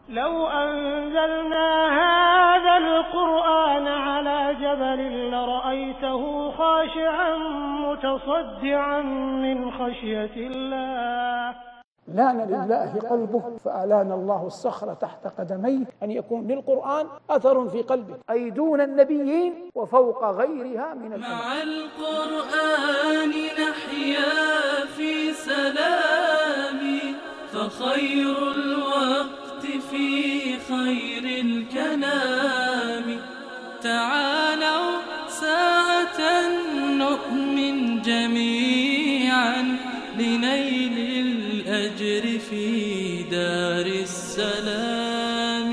لو أنزلنا هذا القرآن على جبل لرأيته خاشعا متصدعا من خشية الله. لان لله قلبه فألان الله الصخر تحت قدميه، أن يكون للقرآن أثر في قلبه، أي دون النبيين وفوق غيرها من الأمم. مع القرآن نحيا في سلام، فخير الوقت في خير الكلام. تعالوا ساعة نؤمن جميعا لنيل الأجر في دار السلام.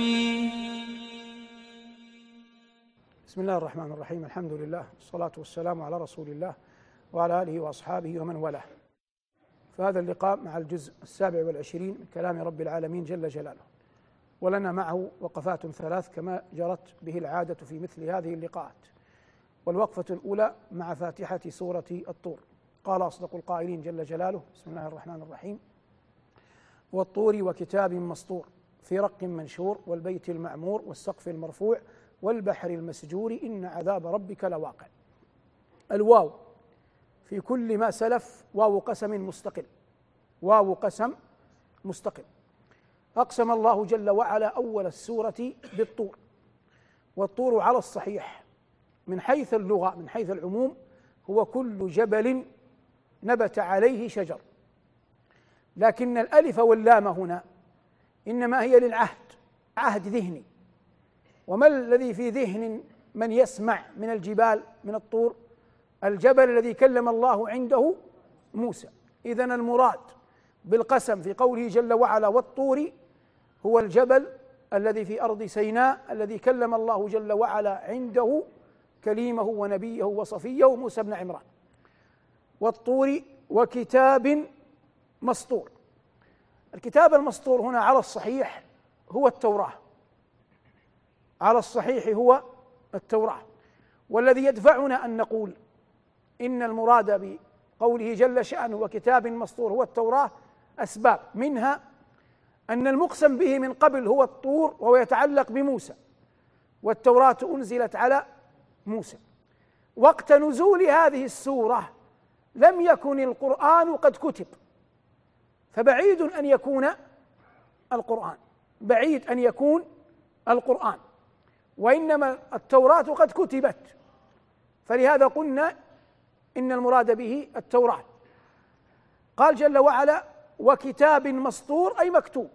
بسم الله الرحمن الرحيم. الحمد لله والصلاة والسلام على رسول الله وعلى آله وأصحابه ومن والاه. فهذا اللقاء مع الجزء 27 من كلام رب العالمين جل جلاله، ولنا معه وقفات ثلاث كما جرت به العادة في مثل هذه اللقاءات. والوقفة الأولى مع فاتحة سورة الطور. قال أصدق القائلين جل جلاله: بسم الله الرحمن الرحيم: والطور وكتاب مسطور في رق منشور والبيت المعمور والسقف المرفوع والبحر المسجور إن عذاب ربك لواقع. الواو في كل ما سلف واو قسم مستقل، واو قسم مستقل. أقسم الله جل وعلا أول السورة بالطور، والطور على الصحيح من حيث اللغة من حيث العموم هو كل جبل نبت عليه شجر، لكن الألف واللام هنا إنما هي للعهد، عهد ذهني. وما الذي في ذهن من يسمع من الجبال من الطور؟ الجبل الذي كلم الله عنده موسى. إذن المراد بالقسم في قوله جل وعلا والطور هو الجبل الذي في أرض سيناء الذي كلم الله جل وعلا عنده كليمه ونبيه وصفيه موسى بن عمران. والطور وكتاب مسطور. الكتاب المسطور هنا على الصحيح هو التوراة، على الصحيح هو التوراة. والذي يدفعنا أن نقول إن المراد بقوله جل شأنه وكتاب مسطور هو التوراة أسباب، منها أن المقسم به من قبل هو الطور وهو يتعلق بموسى، والتوراة أنزلت على موسى. وقت نزول هذه السورة لم يكن القرآن قد كتب، فبعيد أن يكون القرآن، بعيد أن يكون القرآن، وإنما التوراة قد كتبت، فلهذا قلنا إن المراد به التوراة. قال جل وعلا وكتاب مسطور أي مكتوب،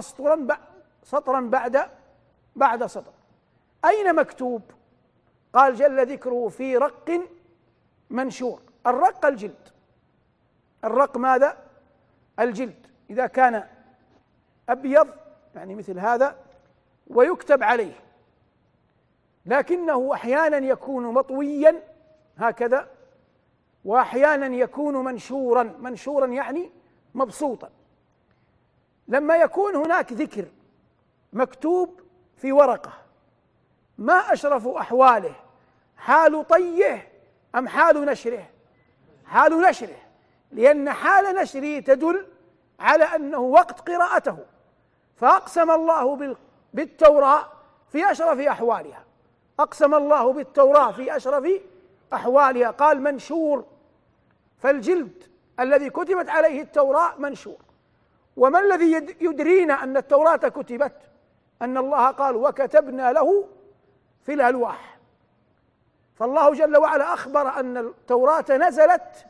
سطرا بعد سطر. أين مكتوب؟ قال جل ذكره في رق منشور. الرق الجلد، الرق ماذا؟ الجلد. إذا كان أبيض يعني مثل هذا ويكتب عليه، لكنه أحيانا يكون مطويا هكذا، وأحيانا يكون منشورا يعني مبسوطا. لما يكون هناك ذكر مكتوب في ورقة، ما أشرف أحواله؟ حال طيه أم حال نشره؟ حال نشره، لأن حال نشره تدل على أنه وقت قراءته. فأقسم الله بالتوراة في أشرف أحوالها، أقسم الله بالتوراة في أشرف أحوالها، قال منشور. فالجلد الذي كتبت عليه التوراة منشور. وما الذي يدرينا أن التوراة كتبت؟ أن الله قال وكتبنا له في الألواح. فالله جل وعلا أخبر أن التوراة نزلت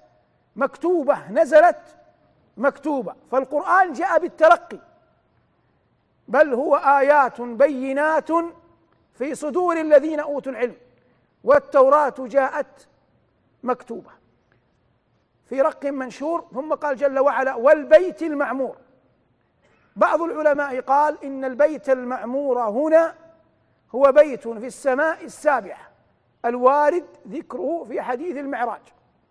مكتوبة. فالقرآن جاء بالتلقي، بل هو آيات بينات في صدور الذين أوتوا العلم، والتوراة جاءت مكتوبة في رق منشور. ثم قال جل وعلا والبيت المعمور. بعض العلماء قال إن البيت المعمور هنا هو بيت في السماء السابعة الوارد ذكره في حديث المعراج.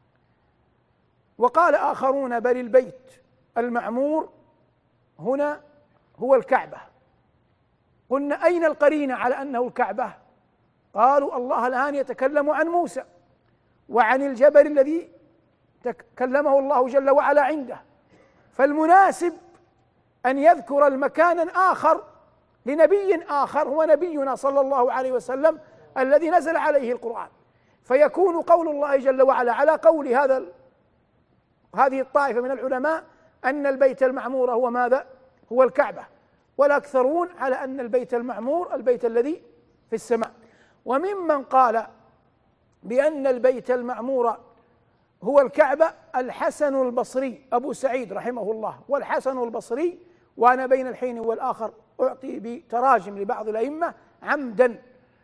وقال آخرون بل البيت المعمور هنا هو الكعبة. قلنا أين القرينة على أنه الكعبة؟ قالوا الله الآن يتكلم عن موسى وعن الجبل الذي كلمه الله جل وعلا عنده، فالمناسب أن يذكر المكان آخر لنبي آخر هو نبينا صلى الله عليه وسلم الذي نزل عليه القرآن، فيكون قول الله جل وعلا على قول هذه الطائفة من العلماء أن البيت المعمور هو ماذا؟ هو الكعبة، والأكثرون على أن البيت المعمور البيت الذي في السماء. وممن قال بأن البيت المعمور هو الكعبة الحسن البصري أبو سعيد رحمه الله، والحسن البصري وأنا بين الحين والآخر أعطي بتراجم لبعض الأئمة عمدا،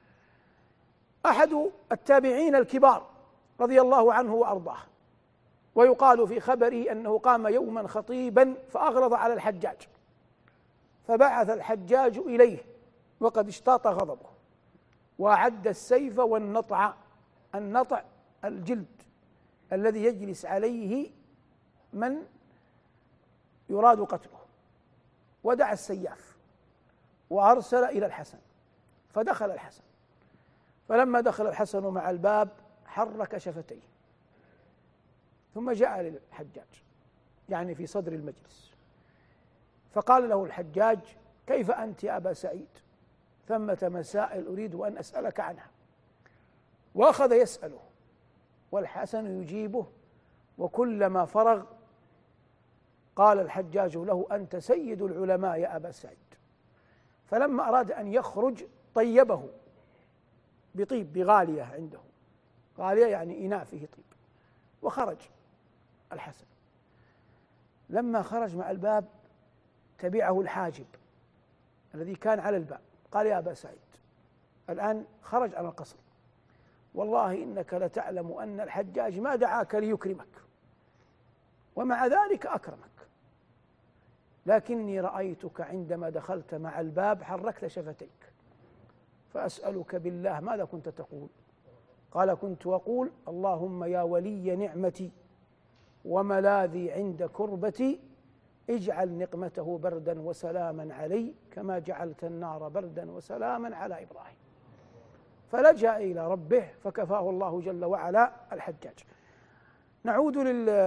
أحد التابعين الكبار رضي الله عنه وأرضاه، ويقال في خبره أنه قام يوما خطيبا فأغلظ على الحجاج، فبعث الحجاج إليه وقد اشتاط غضبه وأعد السيف والنطع. النطع الجلد الذي يجلس عليه من يراد قتله، ودعا السياف وأرسل إلى الحسن، فدخل الحسن، فلما دخل الحسن مع الباب حرك شفتيه، ثم جاء للحجاج يعني في صدر المجلس، فقال له الحجاج: كيف أنت يا أبا سعيد؟ ثمة مسائل أريد أن أسألك عنها. وأخذ يسأله والحسن يجيبه، وكلما فرغ قال الحجاج له: أنت سيد العلماء يا أبا سعيد. فلما أراد أن يخرج طيبه بطيب، بغالية عنده، غالية يعني إناء فيه طيب، وخرج الحسن. لما خرج مع الباب تبعه الحاجب الذي كان على الباب، قال: يا أبا سعيد، الآن خرج على القصر، والله إنك لتعلم أن الحجاج ما دعاك ليكرمك، ومع ذلك أكرمك، لكني رأيتك عندما دخلت مع الباب حركت شفتيك، فأسألك بالله ماذا كنت تقول؟ قال: كنت أقول: اللهم يا ولي نعمتي وملاذي عند كربتي، اجعل نقمته بردا وسلاما علي كما جعلت النار بردا وسلاما على إبراهيم. فلجأ إلى ربه فكفاه الله جل وعلا الحجاج. نعود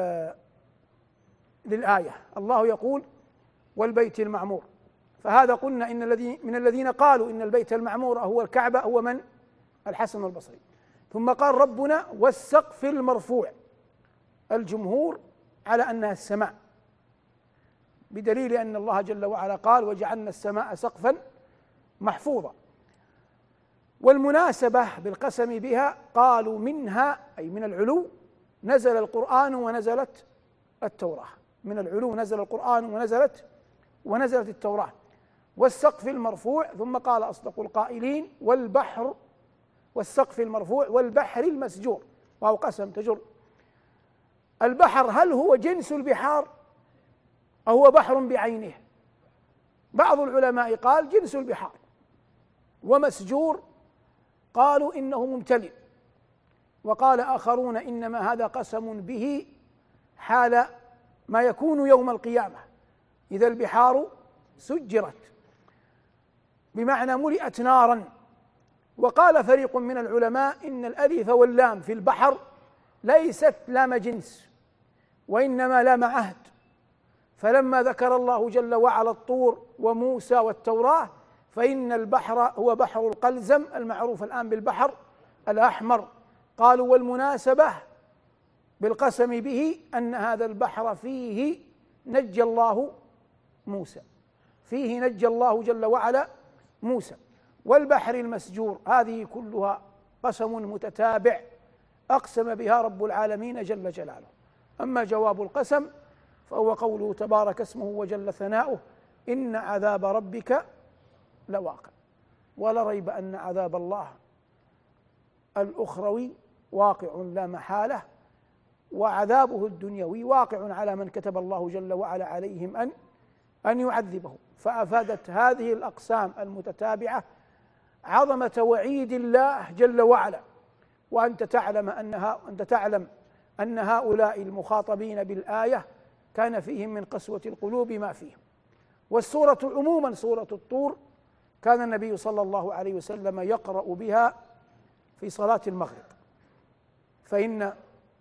للآية. الله يقول: والبيت المعمور. فهذا قلنا إن من الذين قالوا إن البيت المعمور هو الكعبة هو من؟ الحسن البصري. ثم قال ربنا: والسقف المرفوع. الجمهور على أنها السماء، بدليل أن الله جل وعلا قال: وجعلنا السماء سقفا محفوظا. والمناسبة بالقسم بها قالوا منها أي من العلو نزل القرآن ونزلت التوراة، من العلو نزل القرآن ونزلت التوراة. والسقف المرفوع، ثم قال أصدق القائلين: والبحر، والسقف المرفوع والبحر المسجور، وهو قسم تجر. البحر هل هو جنس البحار أو هو بحر بعينه؟ بعض العلماء قال جنس البحار، ومسجور قالوا إنه ممتلئ، وقال آخرون إنما هذا قسم به حال ما يكون يوم القيامة إذا البحار سجرت، بمعنى ملئت نارا. وقال فريق من العلماء إن الألف واللام في البحر ليست لام جنس وإنما لام عهد، فلما ذكر الله جل وعلا الطور وموسى والتوراة فإن البحر هو بحر القلزم المعروف الآن بالبحر الأحمر. قالوا: والمناسبة بالقسم به أن هذا البحر فيه نجى الله موسى، فيه نجى الله جل وعلا موسى. والبحر المسجور، هذه كلها قسم متتابع أقسم بها رب العالمين جل جلاله. أما جواب القسم فهو قوله تبارك اسمه وجل ثناؤه: إن عذاب ربك لواقع. ولا ريب أن عذاب الله الأخروي واقع لا محالة، وعذابه الدنيوي واقع على من كتب الله جل وعلا عليهم أن يعذبه. فأفادت هذه الأقسام المتتابعة عظمة وعيد الله جل وعلا، وأنت تعلم أن هؤلاء المخاطبين بالآية كان فيهم من قسوة القلوب ما فيهم. والسورة عموما سورة الطور كان النبي صلى الله عليه وسلم يقرأ بها في صلاة المغرب، فإن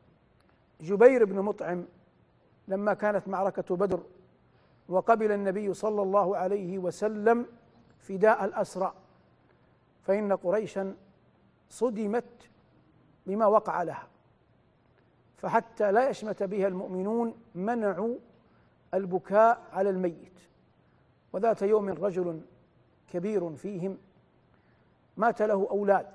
جبير بن مطعم لما كانت معركة بدر وقبل النبي صلى الله عليه وسلم فداء الأسرى، فإن قريشا صدمت بما وقع لها، فحتى لا يشمت بها المؤمنون منعوا البكاء على الميت. وذات يوم رجل كبير فيهم مات له أولاد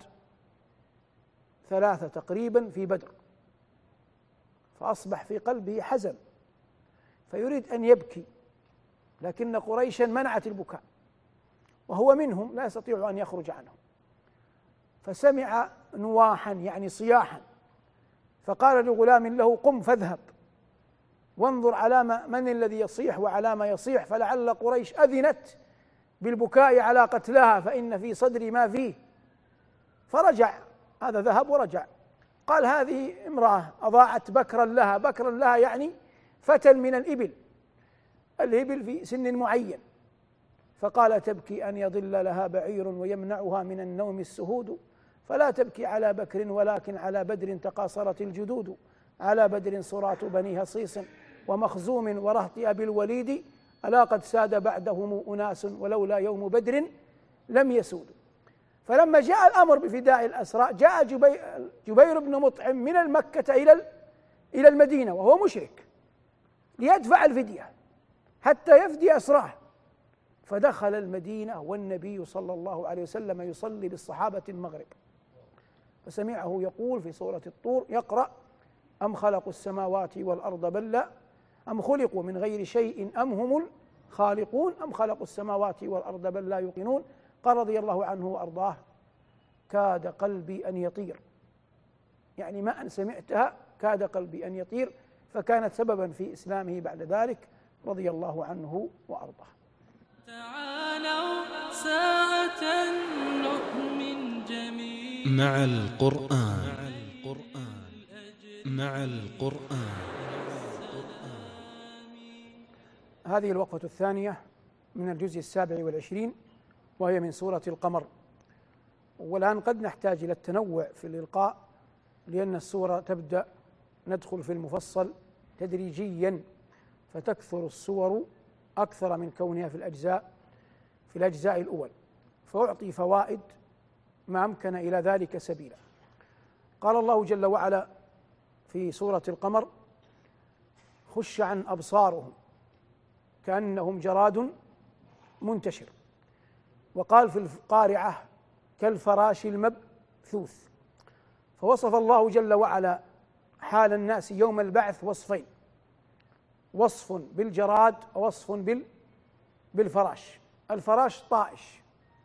3 تقريبا في بدر، فأصبح في قلبه حزن فيريد أن يبكي، لكن قريشا منعت البكاء وهو منهم لا يستطيع أن يخرج عنهم، فسمع نواحا يعني صياحا، فقال لغلام له: قم فاذهب وانظر على من الذي يصيح وعلى ما يصيح، فلعل قريش أذنت بالبكاء على قتلها فإن في صدري ما فيه. فرجع، هذا ذهب ورجع، قال: هذه امرأة أضاعت بكرا لها، بكرا لها يعني فتى من الإبل في سن معين، فقال: تبكي أن يضل لها بعير ويمنعها من النوم السهود، فلا تبكي على بكر ولكن على بدر تقاصرت الجدود، على بدر صراط بني هصيص ومخزوم ورهط أبي الوليد، ألا قد ساد بعدهم أناس ولولا يوم بدر لم يسودوا. فلما جاء الأمر بفداء الأسرى جاء جبير بن مطعم من المكة إلى المدينة وهو مشرك ليدفع الفدية حتى يفدي أسراه، فدخل المدينة والنبي صلى الله عليه وسلم يصلي بالصحابة المغرب، فسمعه يقول في سورة الطور يقرأ: أم خلقوا السماوات والأرض بل لا، أم خلقوا من غير شيء أم هم الخالقون، أم خلقوا السماوات والأرض بل لا يوقنون. قال رضي الله عنه وأرضاه: كاد قلبي أن يطير، يعني ما أن سمعتها كاد قلبي أن يطير، فكانت سببا في إسلامه بعد ذلك رضي الله عنه وأرضاه. تعالوا ساعة نؤمن جميعا مع القرآن. مع القرآن. هذه الوقفة الثانية من الجزء 27 وهي من سورة القمر. والآن قد نحتاج إلى التنوع في الإلقاء، لأن السورة تبدأ ندخل في المفصل تدريجيا، فتكثر السور أكثر من كونها في الأجزاء الأول، فأعطي فوائد ما أمكن إلى ذلك سبيلا. قال الله جل وعلا في سورة القمر: خش عن أبصارهم كأنهم جراد منتشر. وقال في القارعة: كالفراش المبثوث. فوصف الله جل وعلا حال الناس يوم البعث وصفين: وصف بالجراد ووصف بالفراش. الفراش طائش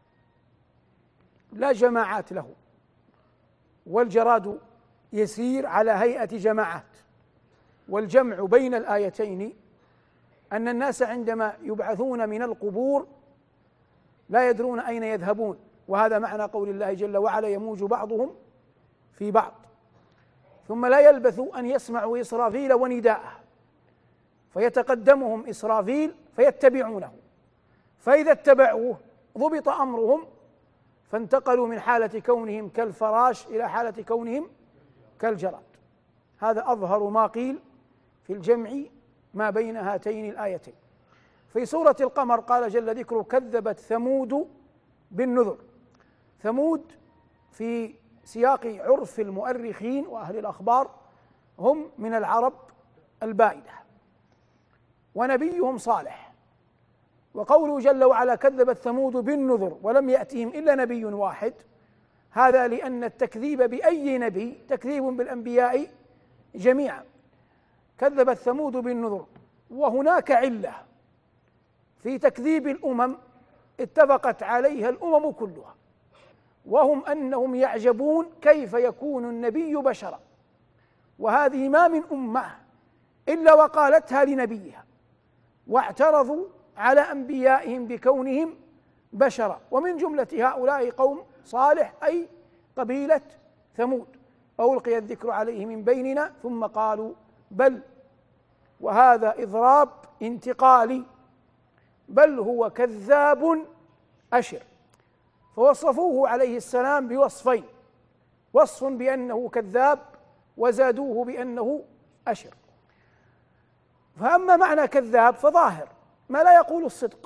لا جماعات له، والجراد يسير على هيئة جماعات. والجمع بين الآيتين أن الناس عندما يبعثون من القبور لا يدرون أين يذهبون، وهذا معنى قول الله جل وعلا: يموج بعضهم في بعض. ثم لا يلبثوا أن يسمعوا إسرافيل ونداءه فيتقدمهم إسرافيل فيتبعونه، فإذا اتبعوه ضبط أمرهم، فانتقلوا من حالة كونهم كالفراش إلى حالة كونهم كالجراد. هذا أظهر ما قيل في الجمع ما بين هاتين الآيتين. في سورة القمر قال جل ذكره: كذبت ثمود بالنذر. ثمود في سياق عرف المؤرخين وأهل الأخبار هم من العرب البائدة، ونبيهم صالح. وقوله جل وعلا: كذبت ثمود بالنذر ولم يأتهم إلا نبي واحد، هذا لأن التكذيب بأي نبي تكذيب بالأنبياء جميعا. كذبت ثمود بالنذر. وهناك علة في تكذيب الأمم اتفقت عليها الأمم كلها، وهم أنهم يعجبون كيف يكون النبي بشرا، وهذه ما من أمة إلا وقالتها لنبيها، واعترضوا على أنبيائهم بكونهم بشرا. ومن جملة هؤلاء قوم صالح أي قبيلة ثمود: فألقي الذكر عليه من بيننا ثم قالوا بل، وهذا إضراب انتقالي، بل هو كذاب أشر. فوصفوه عليه السلام بوصفين: وصف بأنه كذاب، وزادوه بأنه أشر. فأما معنى كذاب فظاهر ما لا يقول الصدق،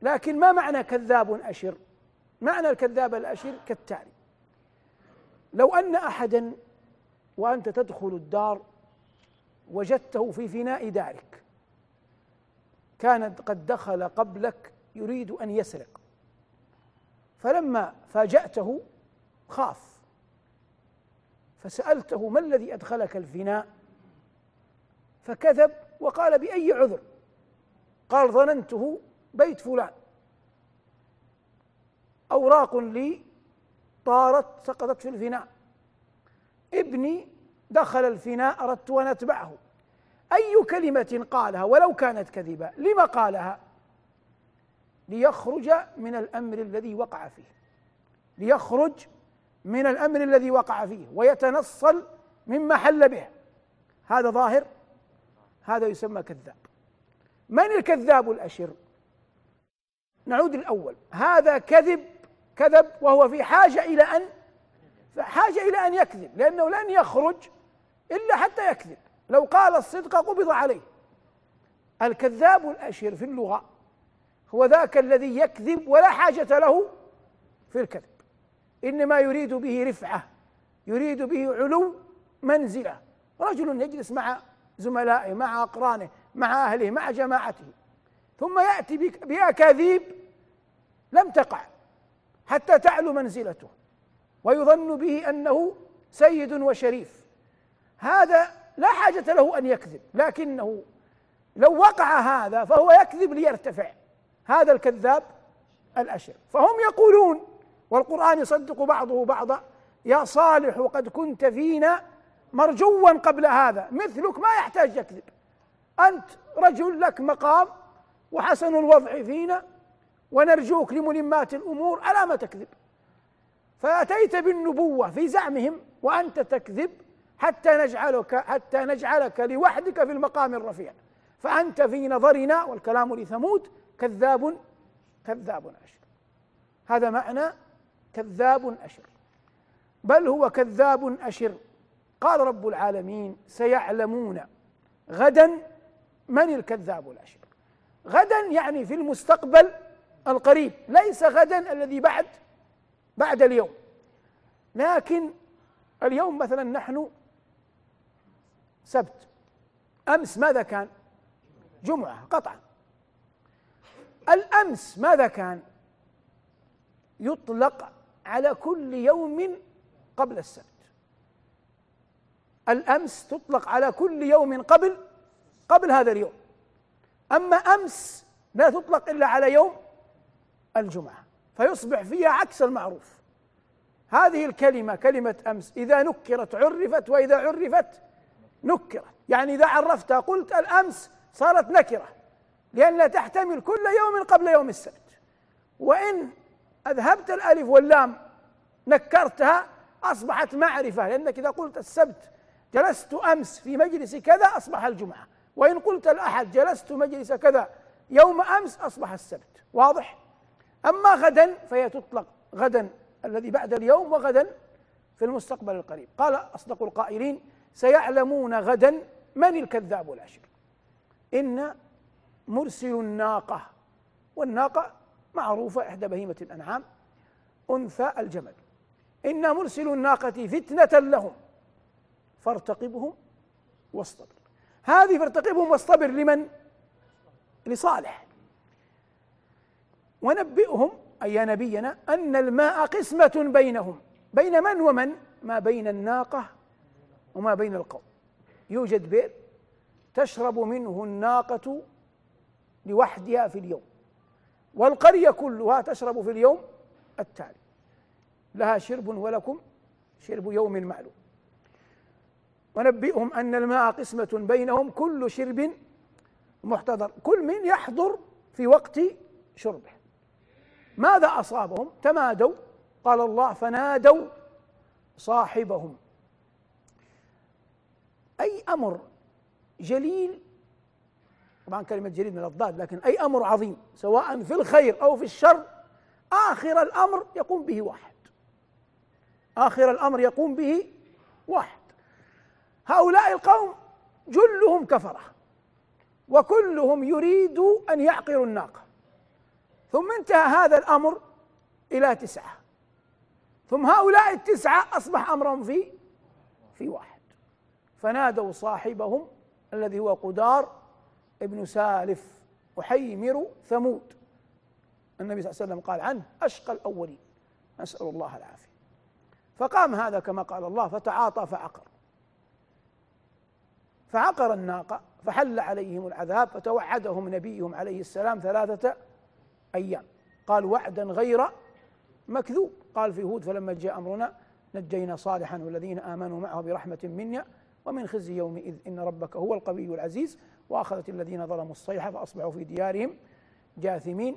لكن ما معنى كذاب أشر؟ معنى الكذاب الأشر كالتالي: لو أن أحدا وأنت تدخل الدار وجدته في فناء دارك، كان قد دخل قبلك يريد أن يسرق، فلما فاجأته خاف، فسألته: ما الذي أدخلك الفناء؟ فكذب وقال: بأي عذر؟ قال: ظننته بيت فلان، أوراق لي طارت سقطت في الفناء، ابني دخل الفناء أردت أن أتبعه. أي كلمة قالها ولو كانت كذبة، لما قالها؟ ليخرج من الأمر الذي وقع فيه، ليخرج من الأمر الذي وقع فيه ويتنصل مما حل به. هذا ظاهر، هذا يسمى كذاب. من الكذاب الأشر؟ نعود الأول: هذا كذب وهو في حاجة إلى أن يكذب، لأنه لن يخرج إلا حتى يكذب. لو قال الصدق قبض عليه. الكذاب الأشر في اللغة هو ذاك الذي يكذب ولا حاجة له في الكذب، إنما يريد به رفعة، يريد به علو منزلة. رجل يجلس مع زملائه، مع أقرانه، مع أهله، مع جماعته، ثم يأتي بأكاذيب لم تقع حتى تعلو منزلته، ويظن به أنه سيد وشريف. هذا لا حاجة له أن يكذب، لكنه لو وقع هذا فهو يكذب ليرتفع. هذا الكذاب الأشر. فهم يقولون، والقرآن يصدق بعضه بعضا: يا صالح قد كنت فينا مرجوا قبل هذا، مثلك ما يحتاج يكذب، أنت رجل لك مقام وحسن الوضع فينا ونرجوك لملمات الأمور، ألا ما تكذب؟ فأتيت بالنبوة في زعمهم وأنت تكذب حتى نجعلك لوحدك في المقام الرفيع، فأنت في نظرنا، والكلام لثمود، كذاب أشر. هذا معنى كذاب أشر، بل هو كذاب أشر. قال رب العالمين: سيعلمون غدا من الكذاب الأشر. غدا يعني في المستقبل القريب، ليس غدا الذي بعد اليوم. لكن اليوم مثلا نحن سبت، أمس ماذا كان؟ جمعة قطعا. الأمس ماذا كان؟ يطلق على كل يوم قبل السبت. الأمس تطلق على كل يوم قبل هذا اليوم. أما أمس لا تطلق إلا على يوم الجمعة، فيصبح فيها عكس المعروف. هذه الكلمة، كلمة أمس، إذا نكرت عرفت، وإذا عرفت نكرت. يعني إذا عرفتها قلت الأمس صارت نكرة، لأنها تحتمل كل يوم قبل يوم السبت. وإن أذهبت الألف واللام نكرتها أصبحت معرفة، لأنك إذا قلت السبت جلست أمس في مجلس كذا أصبح الجمعة، وإن قلت الأحد جلست مجلس كذا يوم أمس أصبح السبت. واضح؟ أما غدا فهي تطلق غدا الذي بعد اليوم، وغدا في المستقبل القريب. قال أصدق القائلين: سيعلمون غدا من الكذاب الأشر. إن مرسل الناقة، والناقة معروفة إحدى بهيمة الأنعام، أنثى الجمل. إن مرسل الناقة فتنة لهم فارتقبهم واصطبر. هذه فارتقبهم واصطبر لمن؟ لصالح. ونبئهم، أي يا نبينا، أن الماء قسمة بينهم. بين من ومن؟ ما بين الناقة وما بين القوم. يوجد بئر تشرب منه الناقة لوحدها في اليوم، والقرية كلها تشرب في اليوم التالي، لها شرب ولكم شرب يوم معلوم. ونبئهم أن الماء قسمة بينهم كل شرب محتضر، كل من يحضر في وقت شربه. ماذا أصابهم؟ تمادوا، قال الله: فنادوا صاحبهم. أي أمر جليل، طبعا كلمة جليل من الضاد، لكن أي أمر عظيم سواء في الخير أو في الشر، آخر الأمر يقوم به واحد، آخر الأمر يقوم به واحد. هؤلاء القوم جلهم كفرة، وكلهم يريد أن يعقروا الناقة، ثم انتهى هذا الأمر إلى 9، ثم هؤلاء 9 أصبح أمرهم في واحد، فنادوا صاحبهم الذي هو قدار ابن سالف أحيمر ثمود. النبي صلى الله عليه وسلم قال عنه أشقى الأولين، نسأل الله العافية. فقام هذا كما قال الله فتعاطى فعقر الناقة، فحل عليهم العذاب، فتوعدهم نبيهم عليه السلام 3 أيام، قال وعدا غير مكذوب. قال في هود فلما جاء أمرنا نجينا صالحا والذين آمنوا معه برحمة منا ومن خزي يومئذ إن ربك هو القوي العزيز وأخذت الذين ظلموا الصيحة فأصبحوا في ديارهم جاثمين.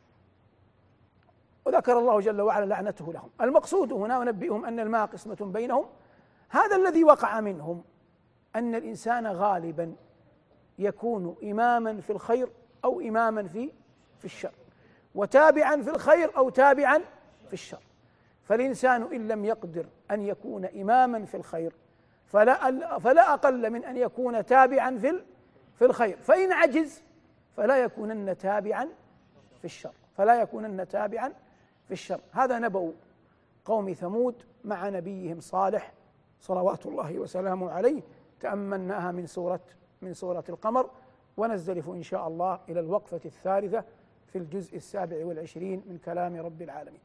وذكر الله جل وعلا لعنته لهم. المقصود هنا ونبئهم أن الماء قسمة بينهم. هذا الذي وقع منهم أن الإنسان غالبا يكون إماما في الخير أو إماما في الشر، وتابعا في الخير أو تابعا في الشر. فالإنسان إن لم يقدر أن يكون إماما في الخير فلا أقل من أن يكون تابعا في الخير، فإن عجز فلا يكونن تابعا في الشر. هذا نبأ قوم ثمود مع نبيهم صالح صلوات الله وسلامه عليه، تأملناها من سورة القمر. ونزدلف إن شاء الله إلى الوقفة الثالثة في الجزء 27 من كلام رب العالمين.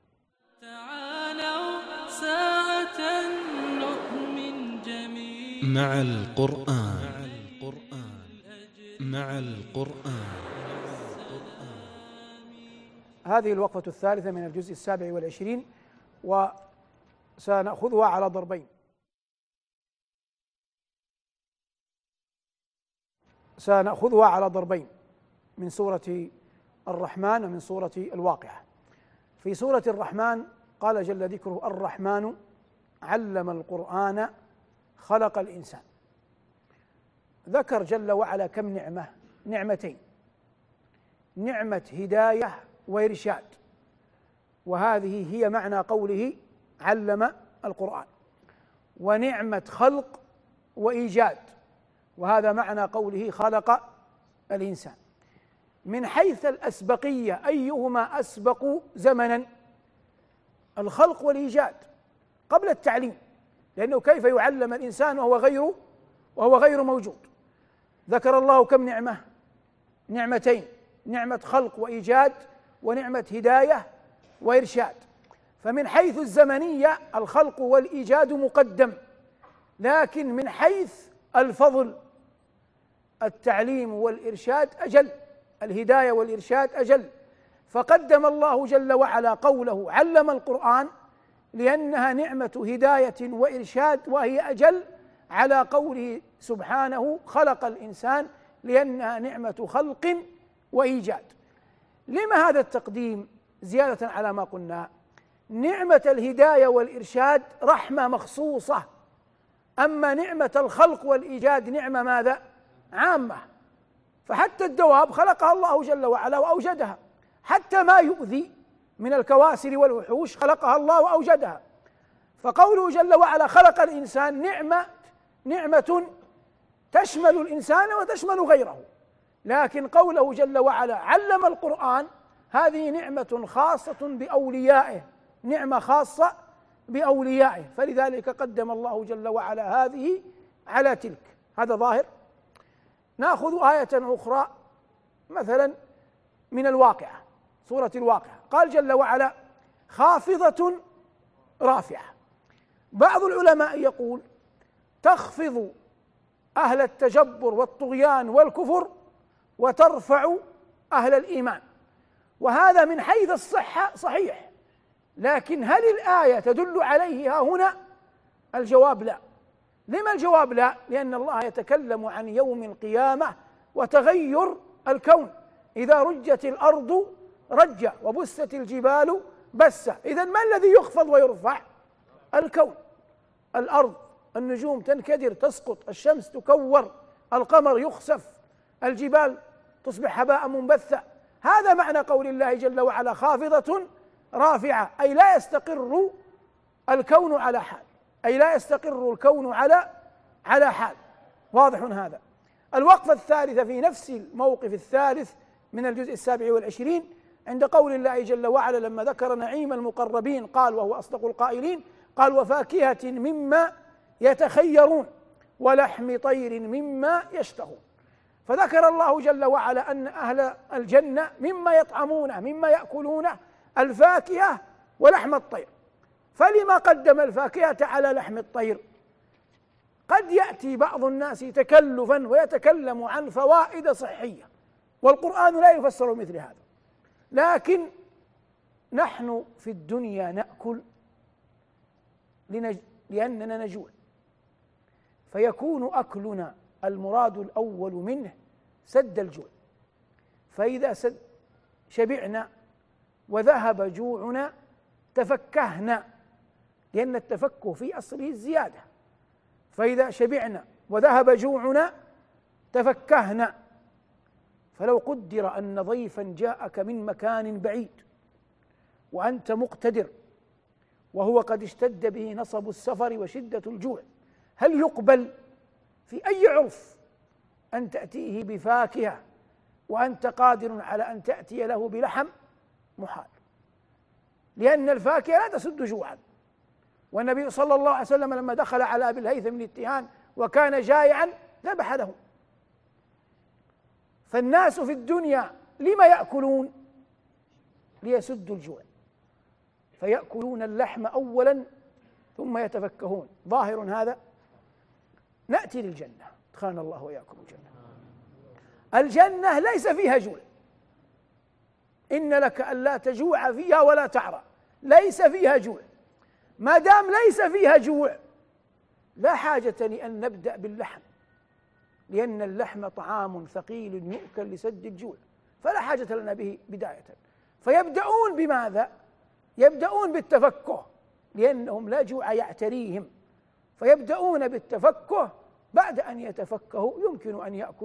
تعالوا ساعة نؤمن جميعا مع القرآن. هذه الوقفة الثالثة من الجزء 27 وسنأخذها على ضربين. من سورة الرحمن ومن سورة الواقعة. في سورة الرحمن قال جل ذكره الرحمن علم القرآن خلق الإنسان. ذكر جل وعلا كم نعمتين: نعمة هداية وإرشاد، وهذه هي معنى قوله علم القرآن، ونعمة خلق وإيجاد، وهذا معنى قوله خلق الإنسان. من حيث الأسبقية أيهما أسبق زمنا؟ الخلق والإيجاد قبل التعليم، لأنه كيف يعلم الإنسان وهو غير موجود؟ ذكر الله كم نعمتين: نعمة خلق وإيجاد، ونعمة هداية وإرشاد. فمن حيث الزمنية الخلق والإيجاد مقدم، لكن من حيث الفضل التعليم والإرشاد أجل، الهداية والإرشاد أجل. فقدم الله جل وعلا قوله علم القرآن لأنها نعمة هداية وإرشاد وهي أجل، على قوله سبحانه خلق الإنسان لأنها نعمة خلق وإيجاد. لما هذا التقديم؟ زيادة على ما قلنا. نعمة الهداية والإرشاد رحمة مخصوصة، أما نعمة الخلق والإيجاد نعمة ماذا؟ عامة. فحتى الدواب خلقها الله جل وعلا وأوجدها، حتى ما يؤذي من الكواسر والوحوش خلقها الله وأوجدها. فقوله جل وعلا خلق الإنسان نعمة تشمل الإنسان وتشمل غيره، لكن قوله جل وعلا علم القرآن هذه نعمة خاصة بأوليائه، نعمة خاصة بأوليائه، فلذلك قدم الله جل وعلا هذه على تلك. هذا ظاهر. نأخذ آية أخرى مثلا من الواقعة، سورة الواقعة. قال جل وعلا خافضة رافعة. بعض العلماء يقول تخفض أهل التجبر والطغيان والكفر وترفع أهل الإيمان، وهذا من حيث الصحة صحيح، لكن هل الآية تدل عليه ها هنا؟ الجواب لا. لما الجواب لا؟ لأن الله يتكلم عن يوم القيامة وتغير الكون، إذا رجت الأرض رجة وبست الجبال بسة. إذن ما الذي يخفض ويرفع؟ الكون، الأرض، النجوم تنكدر تسقط، الشمس تكور، القمر يخسف، الجبال تصبح هباء منبثا. هذا معنى قول الله جل وعلا خافضة رافعة، أي لا يستقر الكون على حال، أي لا يستقر الكون على حال. واضح هذا. الوقفة الثالثة في نفس الموقف الثالث من الجزء 27: عند قول الله جل وعلا لما ذكر نعيم المقربين قال وهو أصدق القائلين قال وفاكهة مما يتخيرون ولحم طير مما يشتهون. فذكر الله جل وعلا أن أهل الجنة مما يطعمونه مما يأكلونه الفاكهة ولحم الطير. فلما قدم الفاكهة على لحم الطير؟ قد يأتي بعض الناس تكلفا ويتكلم عن فوائد صحية، والقرآن لا يفسر مثل هذا، لكن نحن في الدنيا نأكل لأننا نجوع، فيكون أكلنا المراد الأول منه سد الجوع، فإذا شبعنا وذهب جوعنا تفكهنا، لأن التفكه في أصله الزيادة، فإذا شبعنا وذهب جوعنا تفكهنا. فلو قدر أن ضيفا جاءك من مكان بعيد وأنت مقتدر وهو قد اشتد به نصب السفر وشدة الجوع، هل يقبل في أي عرف أن تأتيه بفاكهة وأنت قادر على أن تأتي له بلحم؟ محال، لأن الفاكهة لا تسد جوعا. والنبي صلى الله عليه وسلم لما دخل على أبي الهيثم بن التيهان وكان جائعا ذبح له. فالناس في الدنيا لما يأكلون؟ ليسدوا الجوع، فيأكلون اللحم أولا ثم يتفكهون. ظاهر هذا. نأتي للجنة، دخلنا الله وإياكم الجنة. الجنة ليس فيها جوع، إن لك ألا تجوع فيها ولا تعرى، ليس فيها جوع. ما دام ليس فيها جوع لا حاجة لأن نبدأ باللحم، لأن اللحم طعام ثقيل يؤكل لسد الجوع، فلا حاجة لنا به بداية. فيبدأون بماذا؟ يبدأون بالتفكه، لأنهم لا جوع يعتريهم، فيبدأون بالتفكه. بعد أن يتفكهوا يمكن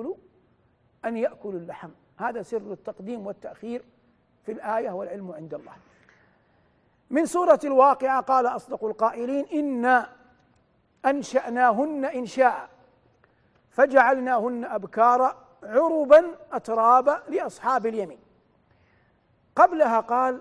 أن يأكلوا اللحم. هذا سر التقديم والتأخير في الآية، والعلم عند الله. من سورة الواقعة قال أصدق القائلين إنا أنشأناهن إنشاء فجعلناهن أبكارا عربا أترابا لأصحاب اليمين. قبلها قال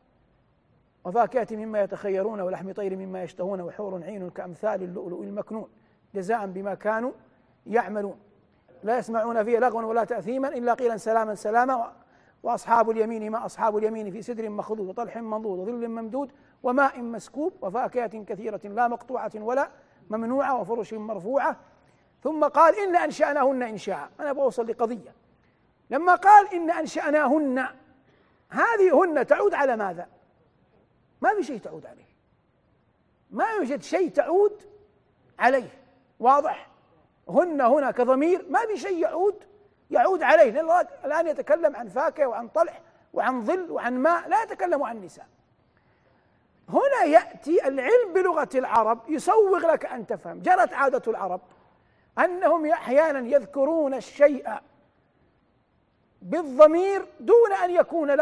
وفاكهة مما يتخيرون ولحم طير مما يشتهون وحور عين كأمثال اللؤلؤ المكنون جزاء بما كانوا يعملون لا يسمعون فيه لغوا ولا تأثيما إلا قيلا سلاما سلاما. وأصحاب اليمين ما أصحاب اليمين في سدر مخضود وطلح منضود وظل ممدود وماء مسكوب وفاكهة كثيرة لا مقطوعة ولا ممنوعة وفرش مرفوعة. ثم قال إن أنشأناهن إنشاء. أنا بوصل لقضية، لما قال إن أنشأناهن، هذه هن تعود على ماذا؟ ما في شيء تعود عليه، ما يوجد شيء تعود عليه، واضح؟ هن هنا كضمير ما في شيء يعود عليه، لأن الله الآن يتكلم عن فاكهة وعن طلح وعن ظل وعن ماء، لا يتكلم عن نساء. هنا يأتي العلم بلغة العرب يسوغ لك أن تفهم. جرت عادة العرب أنهم أحيانا يذكرون الشيء بالضمير دون أن يكون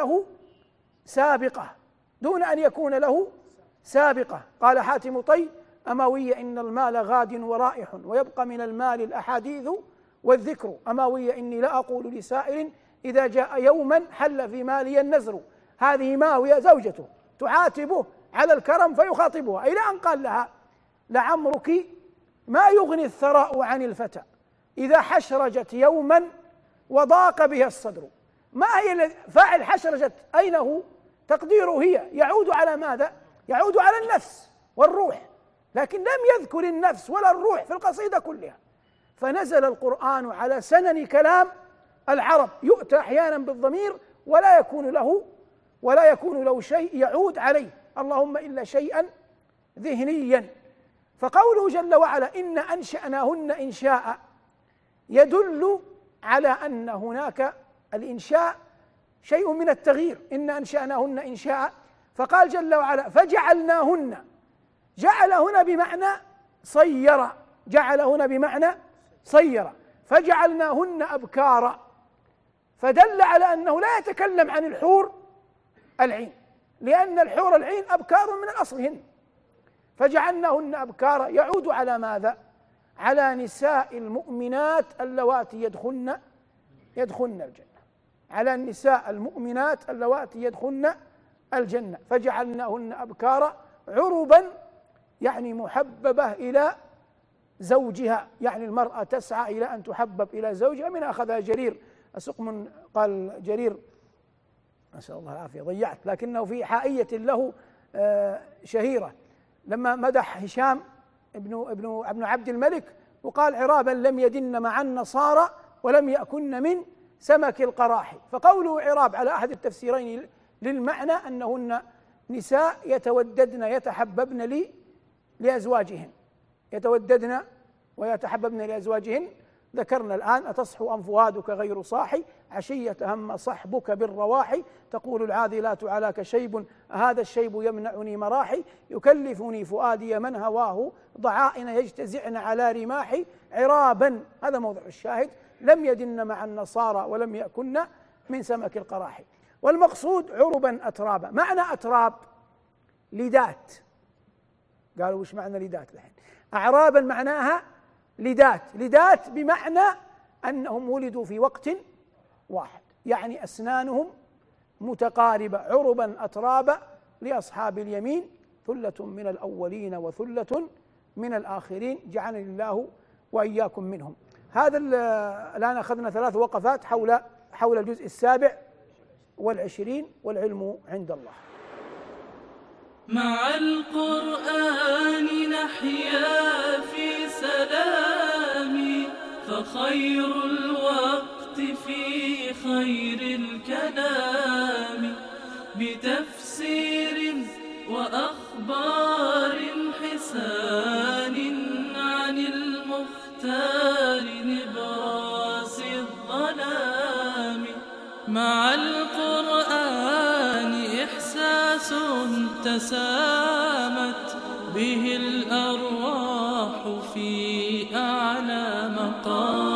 له سابقة. قال حاتم طي أموي إن المال غاد ورائح ويبقى من المال الأحاديث والذكر. أموي إني لا أقول لسائل إذا جاء يوما حل في مالي النزر. هذه ماوية زوجته تعاتبه على الكرم فيخاطبها، إلى أن قال لها لعمرك ما يغني الثراء عن الفتى إذا حشرجت يوما وضاق بها الصدر. ما هي فاعل حشرجت؟ أين هو؟ تقديره هي، يعود على ماذا؟ يعود على النفس والروح، لكن لم يذكر النفس ولا الروح في القصيدة كلها. فنزل القرآن على سنن كلام العرب، يؤتى أحيانا بالضمير ولا يكون له شيء يعود عليه، اللهم إلا شيئا ذهنيا. فقوله جل وعلا إن أنشأناهن إنشاء يدل على أن هناك الإنشاء شيء من التغيير. إن أنشأناهن إنشاء، فقال جل وعلا فجعلناهن. جعل هنا بمعنى صير، جعل هنا بمعنى صير، فجعلناهن أبكارا، فدل على أنه لا يتكلم عن الحور العين، لأن الحور العين أبكار من الأصل هن. فجعلناهن أبكارا يعود على ماذا؟ على نساء المؤمنات اللواتي يدخلن الجنة. على النساء المؤمنات اللواتي يدخلن الجنة فجعلناهن أبكارا عربا، يعني محببة إلى زوجها، يعني المرأة تسعى إلى أن تحبب إلى زوجها. من أخذها جرير السقم، قال جرير نسأل الله العافية ضيعت، لكنه في حائية له شهيرة لما مدح هشام ابن عبد الملك وقال عرابا لم يدن مع النصارى ولم يأكن من سمك القراح. فقوله عراب على أحد التفسيرين للمعنى أنهن نساء يتوددن يتحببن لأزواجهن، يتوددن ويتحببن لأزواجهن. ذكرنا الآن أتصحو أم فؤادك غير صاحي عشية هم صحبك بالرواحي، تقول العاذلات علاك شيب هذا الشيب يمنعني مراحي، يكلفني فؤادي من هواه ضعائن يجتزعن على رماحي. عرابا هذا موضع الشاهد، لم يدن مع النصارى ولم يأكن من سمك القراح. والمقصود عربا أترابا. معنى أتراب لدات، قالوا وش معنى لدات الحين؟ أعرابا معناها لدات، لدات بمعنى أنهم ولدوا في وقت واحد، يعني أسنانهم متقاربة. عربا أترابا لأصحاب اليمين ثلة من الأولين وثلة من الآخرين، جعلني الله وإياكم منهم. هذا الآن أخذنا 3 وقفات حول الجزء 27 والعلم عند الله. مع القرآن نحيا في سلام، فخير الوقت في خير الكلام، بتفسير وأخبار حسان عن المختار نبراس الظلام. مع القرآن إحساس تسامت به الأرواح في أعلى مقام.